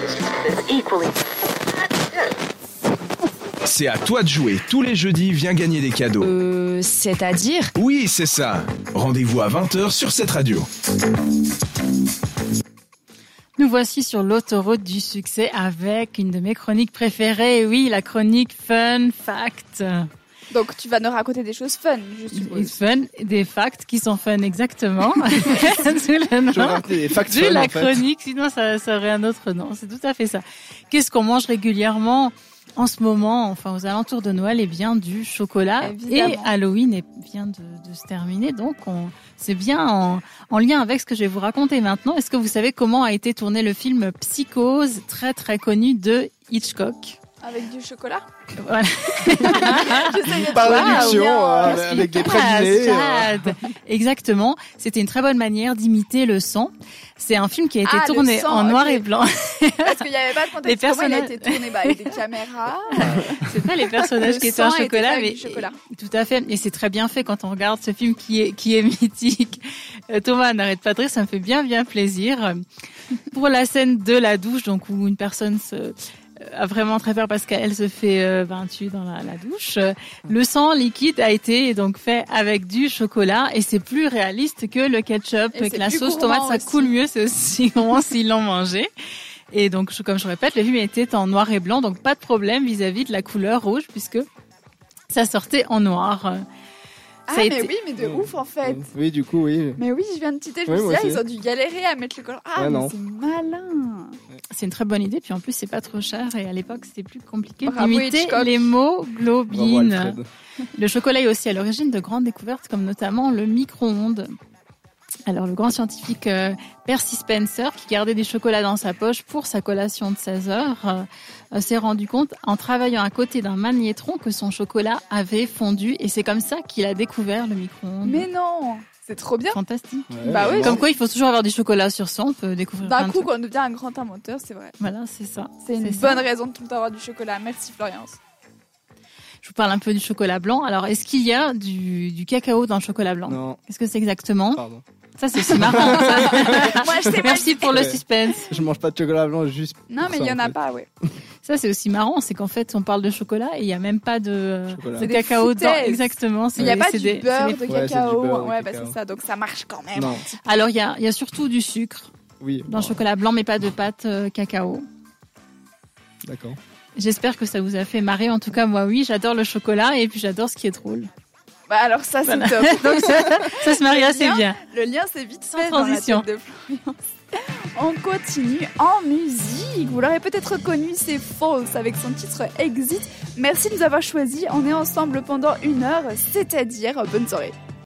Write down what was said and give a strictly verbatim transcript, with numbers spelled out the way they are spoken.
C'est à toi de jouer. Tous les jeudis, viens gagner des cadeaux. Euh, c'est-à-dire ? Oui, c'est ça. Rendez-vous à vingt heures sur cette radio. Nous voici sur l'autoroute du succès avec une de mes chroniques préférées. Oui, la chronique Fun Fact. Donc, tu vas nous raconter des choses fun, je suppose. Des fun, des facts qui sont fun, exactement. C'est le nom Je vais rappeler des facts de fun, la en fait. chronique, sinon ça, ça aurait un autre nom. C'est tout à fait ça. Qu'est-ce qu'on mange régulièrement en ce moment, enfin aux alentours de Noël, eh bien du chocolat. Évidemment. Et Halloween est, vient de, de se terminer, donc on, c'est bien en, en lien avec ce que je vais vous raconter maintenant. Est-ce que vous savez comment a été tourné le film Psychose, très très connu de Hitchcock? Avec du chocolat. Voilà. Par Wow, réduction, bien. euh, avec des pralinés. Ah, Chad. Exactement. C'était une très bonne manière d'imiter le sang. C'est un film qui a été Ah, le tourné sang, en noir ok. et blanc. Parce qu'il n'y avait pas de contexte. Les Comment il a personnages- été tourné bah, avec des caméras. C'est pas les personnages Le qui étaient en sang a été chocolat, fait avec mais du chocolat. tout à fait. Et c'est très bien fait quand on regarde ce film qui est qui est mythique. Euh, Thomas n'arrête pas de rire, ça me fait bien bien plaisir. Pour la scène de la douche, donc où une personne se a vraiment très peur parce qu'elle se fait euh, ben, tuer dans la, la douche. Euh, Le sang liquide a été donc fait avec du chocolat et c'est plus réaliste que le ketchup. Et Avec c'est la plus sauce gourmand tomate, ça aussi. coule mieux, c'est aussi gourmand s'ils l'ont mangé. Et donc, je- comme je répète, le film était en noir et blanc, donc pas de problème vis-à-vis de la couleur rouge puisque ça sortait en noir. Ah, Ça a mais été- oui, mais de ouf en fait. Oui, du coup, oui. Mais oui, je viens de citer, je Oui, me suis moi dit, ah, aussi. ils ont dû galérer à mettre le chocolat. Ah, Ouais, mais non. c'est malin. C'est une très bonne idée, puis en plus c'est pas trop cher et à l'époque c'était plus compliqué Bravo, d'imiter Hitchcock. les Bravo, l'hémoglobine. Alfred. Le chocolat est aussi à l'origine de grandes découvertes comme notamment le micro-ondes. Alors le grand scientifique euh, Percy Spencer, qui gardait des chocolats dans sa poche pour sa collation de seize heures, euh, euh, s'est rendu compte en travaillant à côté d'un magnétron que son chocolat avait fondu et c'est comme ça qu'il a découvert le micro-ondes. Mais non, c'est trop bien. Fantastique. Ouais, Bah oui, vraiment. Comme quoi il faut toujours avoir du chocolat sur soi, on peut découvrir plein D'un de coup, trucs. quand on devient un grand inventeur, c'est vrai. Voilà, c'est ça. C'est une ça. bonne raison de tout le temps avoir du chocolat. Merci Florence. Je vous parle un peu du chocolat blanc. Alors, est-ce qu'il y a du, du cacao dans le chocolat blanc? Non, Qu'est-ce que c'est exactement? pardon. Ça, c'est aussi marrant. ça. Moi, je sais pas. Merci pour le Ouais. suspense. Je mange pas de chocolat blanc juste Non, pour mais ça, il y en a fait. pas, ouais. Ça, c'est aussi marrant. C'est qu'en fait, on parle de chocolat et il n'y a même pas de, Chocolat. de C'est des cacao dedans. foutaises. Exactement. Il n'y a des- pas c'est du des- beurre c'est de des- Ouais, c'est du cacao. beurre de Ouais, bah cacao. c'est ça. Donc ça marche quand même. Non, Alors, il y a, il y a surtout du sucre oui. dans le chocolat blanc, mais pas de pâte euh, cacao. D'accord. J'espère que ça vous a fait marrer. En tout cas, moi, oui, j'adore le chocolat et puis j'adore ce qui est drôle. Bah alors ça, c'est Voilà. top. Donc, ça, ça se marie Le assez lien- bien. Le lien, c'est vite Sans fait dans la transition. tête de Florence. On continue en musique. Vous l'aurez peut-être reconnu, c'est False avec son titre Exit. Merci de nous avoir choisis. On est ensemble pendant une heure, c'est-à-dire bonne soirée.